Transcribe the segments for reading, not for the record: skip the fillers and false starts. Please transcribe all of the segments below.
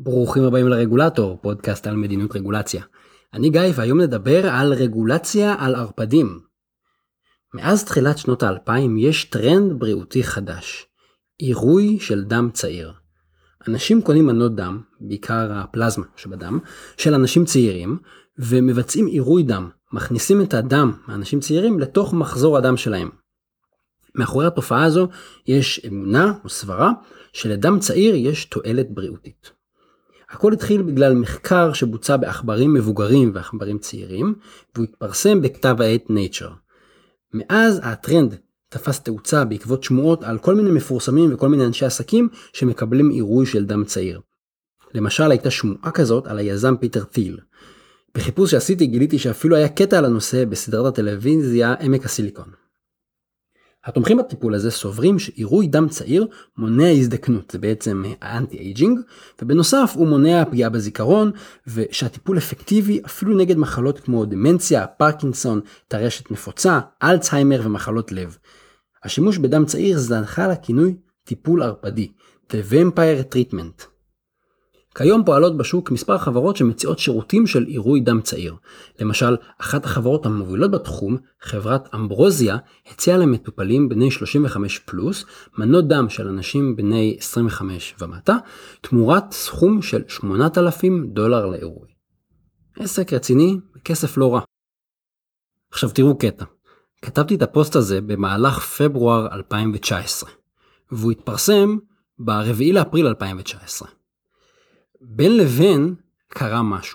ברוכים הבאים לרגולטור, פודקאסט על מדיניות רגולציה. אני גיא, והיום נדבר על רגולציה על ערפדים. מאז תחילת שנות ה-2000 יש טרנד בריאותי חדש, עירוי של דם צעיר. אנשים קונים מנות דם, בעיקר הפלזמה שבדם, של אנשים צעירים, ומבצעים עירוי דם, מכניסים את הדם מאנשים צעירים לתוך מחזור הדם שלהם. מאחורי התופעה הזו יש אמונה או סברה שלדם צעיר יש תועלת בריאותית. הכל התחיל בגלל מחקר שבוצע בעכברים מבוגרים ועכברים צעירים, והוא התפרסם בכתב העת Nature. מאז הטרנד תפס תאוצה בעקבות שמועות על כל מיני מפורסמים וכל מיני אנשי עסקים שמקבלים עירוי של דם צעיר. למשל הייתה שמועה כזאת על היזם פיטר thiel. בחיפוש שעשיתי גיליתי שאפילו היה קטע על הנושא בסדרת הטלוויזיה עמק הסיליקון. התומכים בטיפול הזה סוברים שעירוי דם צעיר מונע הזדקנות, זה בעצם האנטי-אייג'ינג, ובנוסף הוא מונע פגיעה בזיכרון, ושהטיפול אפקטיבי אפילו נגד מחלות כמו דמנציה, פרקינסון, טרשת נפוצה, אלצהיימר ומחלות לב. השימוש בדם צעיר זכה לכינוי טיפול ערפדי, The Vampire Treatment. כיום פועלות בשוק מספר חברות שמציעות שירותים של עירוי דם צעיר. למשל, אחת החברות המובילות בתחום, חברת אמברוזיה, הציעה למטופלים בני 35 פלוס, מנות דם של אנשים בני 25 ומטה, תמורת סכום של $8,000 לעירוי. עסק רציני, כסף לא רע. עכשיו תראו קטע. כתבתי את הפוסט הזה במהלך פברואר 2019, והוא התפרסם ב4 לאפריל 2019. בין לבין קרה משהו.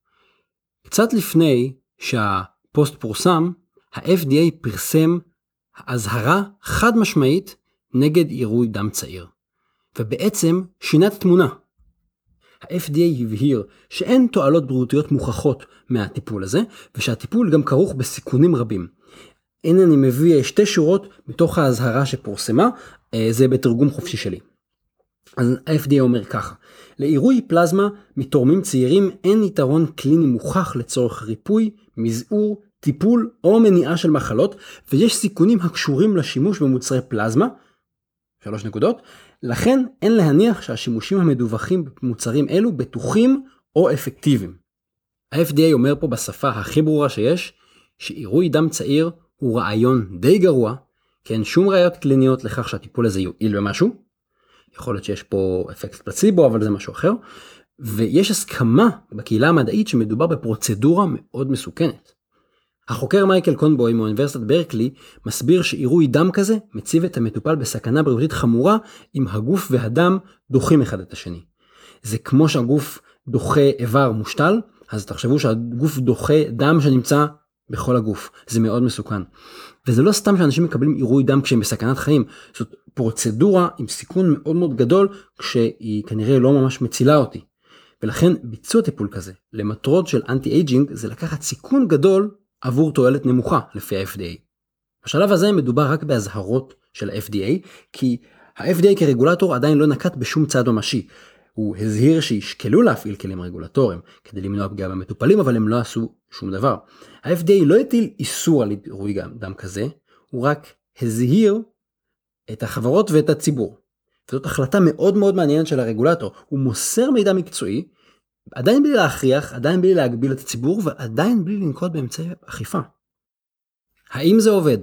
קצת לפני שהפוסט פורסם, ה-FDA פרסם הזהרה חד משמעית נגד עירוי דם צעיר. ובעצם שינה את התמונה. ה-FDA הבהיר שאין תועלות בריאותיות מוכחות מהטיפול הזה, ושהטיפול גם כרוך בסיכונים רבים. הנה אני מביא 2 שורות מתוך ההזהרה שפורסמה, זה בתרגום חופשי שלי. אז ה-FDA אומר ככה, לעירוי פלזמה מתורמים צעירים אין יתרון קליני מוכח לצורך ריפוי, מזעור, טיפול או מניעה של מחלות, ויש סיכונים הקשורים לשימוש במוצרי פלזמה, 3 נקודות, לכן אין להניח שהשימושים המדווחים במוצרים אלו בטוחים או אפקטיביים. ה-FDA אומר פה בשפה הכי ברורה שיש, שעירוי דם צעיר הוא רעיון די גרוע, כי אין שום ראיות קליניות לכך שהטיפול הזה יועיל במשהו, יכול להיות שיש פה אפקט פלציבו, אבל זה משהו אחר. ויש הסכמה בקהילה המדעית שמדובר בפרוצדורה מאוד מסוכנת. החוקר מייקל קונבוי מאוניברסיטת ברקלי מסביר שעירוי דם כזה מציב את המטופל בסכנה בריאותית חמורה אם הגוף והדם דוחים אחד את השני. זה כמו שהגוף דוחה איבר מושתל, אז תחשבו שהגוף דוחה דם שנמצא בכל הגוף. זה מאוד מסוכן. וזה לא סתם שאנשים מקבלים עירוי דם כשהם בסכנת חיים. זאת פרוצדורה עם סיכון מאוד מאוד גדול, כשהיא כנראה לא ממש מצילה אותי. ולכן ביצוע טיפול כזה, למטרות של אנטי-אייג'ינג, זה לקחת סיכון גדול עבור תועלת נמוכה לפי ה-FDA. בשלב הזה מדובר רק בהזהרות של ה-FDA, כי ה-FDA כרגולטור עדיין לא נקט בשום צעד ממשי. הוא הזהיר שישקלו להפעיל כלים רגולטוריים כדי למנוע פגיעה במטופלים, אבל הם לא עשו שום דבר. ה-FDA לא הטיל איסור על עירוי דם כזה, הוא רק הזהיר את החברות ואת הציבור. וזאת החלטה מאוד מאוד מעניינת של הרגולטור. הוא מוסר מידע מקצועי, עדיין בלי להכריח, עדיין בלי להגביל את הציבור, ועדיין בלי לנקוט באמצעי אכיפה. האם זה עובד?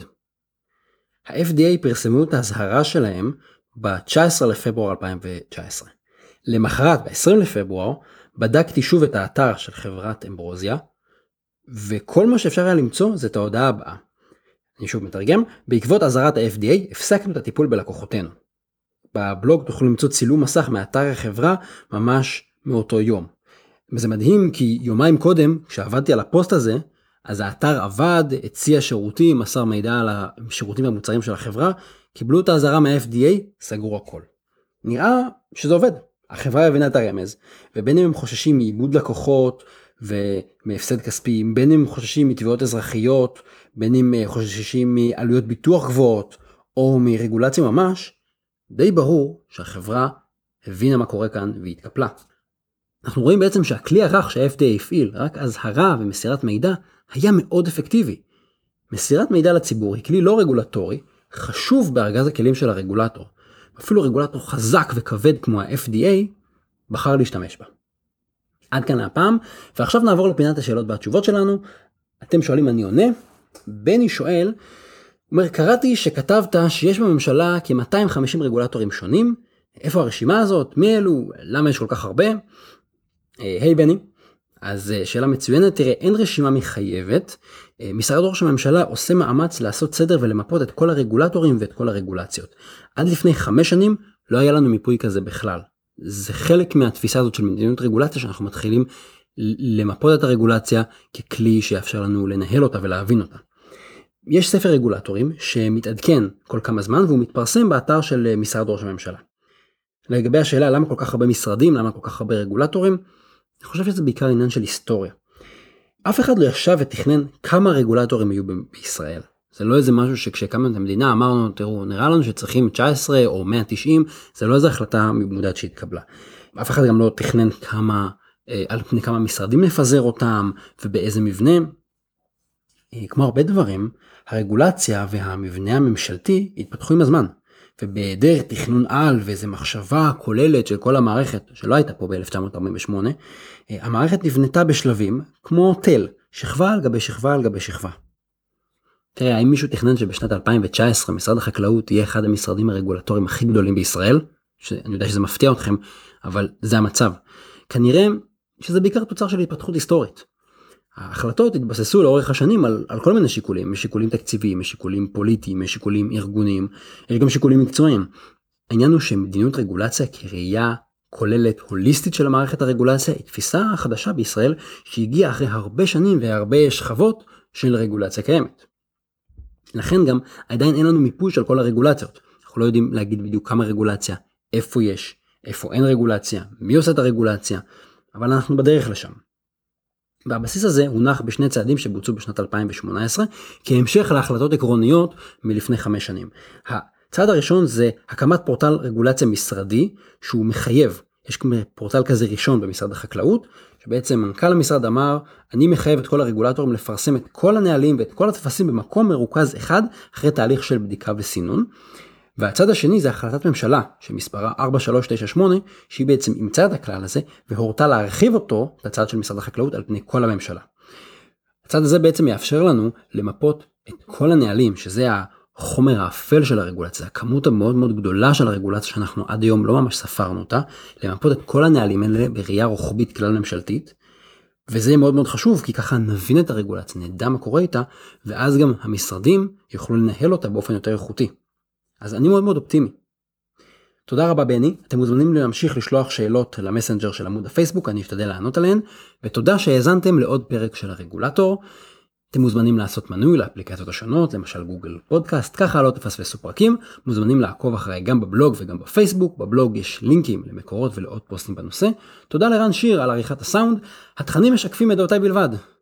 ה-FDA פרסמו את ההזהרה שלהם ב-19 לפברואר 2019. למחרת, ב-20 לפברואר, בדקתי שוב את האתר של חברת אמברוזיה, וכל מה שאפשר היה למצוא זה את ההודעה הבאה. אני שוב מתרגם, בעקבות הזהרת ה-FDA הפסקנו את הטיפול בלקוחותינו. בבלוג תוכלו למצוא צילום מסך מאתר החברה ממש מאותו יום. וזה מדהים כי יומיים קודם, כשעבדתי על הפוסט הזה, אז האתר עבד, הציע שירותים, מסר מידע על השירותים והמוצרים של החברה, קיבלו את ההזהרה מה-FDA, סגרו הכל. נראה שזה עובד. החברה הבינה את הרמז, ובין אם הם חוששים מאיבוד לקוחות ומהפסד כספי, בין אם הם חוששים מתביעות אזרחיות, בין אם חוששים מעלויות ביטוח גבוהות, או מרגולציה ממש, די ברור שהחברה הבינה מה קורה כאן והתקפלה. אנחנו רואים בעצם שהכלי הרך שה-FDA הפעיל, רק הזהרה ומסירת מידע, היה מאוד אפקטיבי. מסירת מידע לציבור היא כלי לא רגולטורי, חשוב בארגז הכלים של הרגולטור. אפילו רגולטור חזק וכבד כמו ה-FDA, בחר להשתמש בה. עד כאן הפעם, ועכשיו נעבור לפינת השאלות והתשובות שלנו. אתם שואלים, אני עונה. בני שואל, אומר, קראתי שכתבת שיש בממשלה כ-250 רגולטורים שונים, איפה הרשימה הזאת? מי אלו? למה יש כל כך הרבה? היי בני, אז שאלה מצוינת. תראה, אין רשימה מחייבת. משרד ראש הממשלה עושה מאמץ לעשות סדר ולמפות את כל הרגולטורים ואת כל הרגולציות. עד לפני 5 שנים לא היה לנו מיפוי כזה בכלל. זה חלק מהתפיסה הזאת של מדיניות רגולציה, שאנחנו מתחילים למפות את הרגולציה ככלי שיאפשר לנו לנהל אותה ולהבין אותה. יש ספר רגולטורים שמתעדכן כל כמה זמן, והוא מתפרסם באתר של משרד ראש הממשלה. לגבי השאלה למה כל כך הרבה משרדים, למה כל כך הרבה רגולטורים, אני חושב שזה בעיקר עניין של היסטוריה. אף אחד לא ישב ותכנן כמה רגולטורים יהיו בישראל. זה לא איזה משהו שכשקמנו את המדינה אמרנו, תראו, נראה לנו שצריכים 19 או 190, זה לא איזו החלטה מודעת שהתקבלה. אף אחד גם לא תכנן על פני כמה משרדים לפזר אותם ובאיזה מבנה. כמו הרבה דברים, הרגולציה והמבנה הממשלתי התפתחו עם הזמן. ובהיעדר תכנון על ואיזו מחשבה כוללת של כל המערכת, שלא הייתה פה ב-1948, המערכת נבנתה בשלבים כמו תל, שכבה על גבי שכבה על גבי שכבה. תראה, האם מישהו תכנן שבשנת 2019 משרד החקלאות יהיה אחד המשרדים הרגולטוריים הכי גדולים בישראל? אני יודע שזה מפתיע אתכם, אבל זה המצב. כנראה שזה בעיקר תוצר של התפתחות היסטורית. ההחלטות התבססו לאורך השנים על כל מיני שיקולים, משיקולים תקציביים, משיקולים פוליטיים, משיקולים ארגוניים, יש גם שיקולים מקצועיים. העניין הוא שמדיניות רגולציה כראייה כוללת הוליסטית של המערכת הרגולציה, היא תפיסה חדשה בישראל שהגיעה אחרי הרבה שנים והרבה שכבות של רגולציה קיימת. לכן גם עדיין אין לנו מיפוי של כל הרגולציות. אנחנו לא יודעים להגיד בדיוק כמה רגולציה, איפה יש, איפה אין רגולציה, מי עושה את הרגולציה, אבל אנחנו בדרך לשם. והבסיס הזה הונח בשני צעדים שבוצעו בשנת 2018, כהמשך להחלטות עקרוניות מלפני 5 שנים. הצעד הראשון זה הקמת פורטל רגולציה משרדי, שהוא מחייב. יש פורטל כזה ראשון במשרד החקלאות, שבעצם מנכ"ל המשרד אמר, אני מחייב את כל הרגולטורים לפרסם את כל הנהלים ואת כל התפסים במקום מרוכז אחד, אחרי תהליך של בדיקה וסינון. והצד השני זה החלטת ממשלה, שמספרה 4398, שהיא בעצם אימצה את הכלל הזה, והורתה להרחיב אותו, את הצד של משרד החקלאות, על פני כל הממשלה. הצד הזה בעצם יאפשר לנו למפות את כל הנהלים, שזה החומר האפל של הרגולציה, הכמות המאוד מאוד גדולה של הרגולציה, שאנחנו עד היום לא ממש ספרנו אותה, למפות את כל הנהלים האלה בראייה רוחבית כלל ממשלתית, וזה מאוד מאוד חשוב, כי ככה נבין את הרגולציה, נדע מה קורה איתה, ואז גם המשרדים יוכלו לנהל אותה באופן יותר איכותי. אז אני מאוד מאוד אופטימי. תודה רבה בני, אתם מוזמנים להמשיך לשלוח שאלות למסנג'ר של עמוד הפייסבוק, אני אשתדל לענות עליהן, ותודה שהאזנתם לעוד פרק של הרגולטור. אתם מוזמנים לעשות מנוי לאפליקציות השונות, למשל גוגל פודקאסט, ככה לא תפספסו פרקים, מוזמנים לעקוב אחריי גם בבלוג וגם בפייסבוק, בבלוג יש לינקים למקורות ולעוד פוסטים בנושא. תודה לרן שיר על עריכת הסאונד, התכנים משקפים את דעותיי בלבד.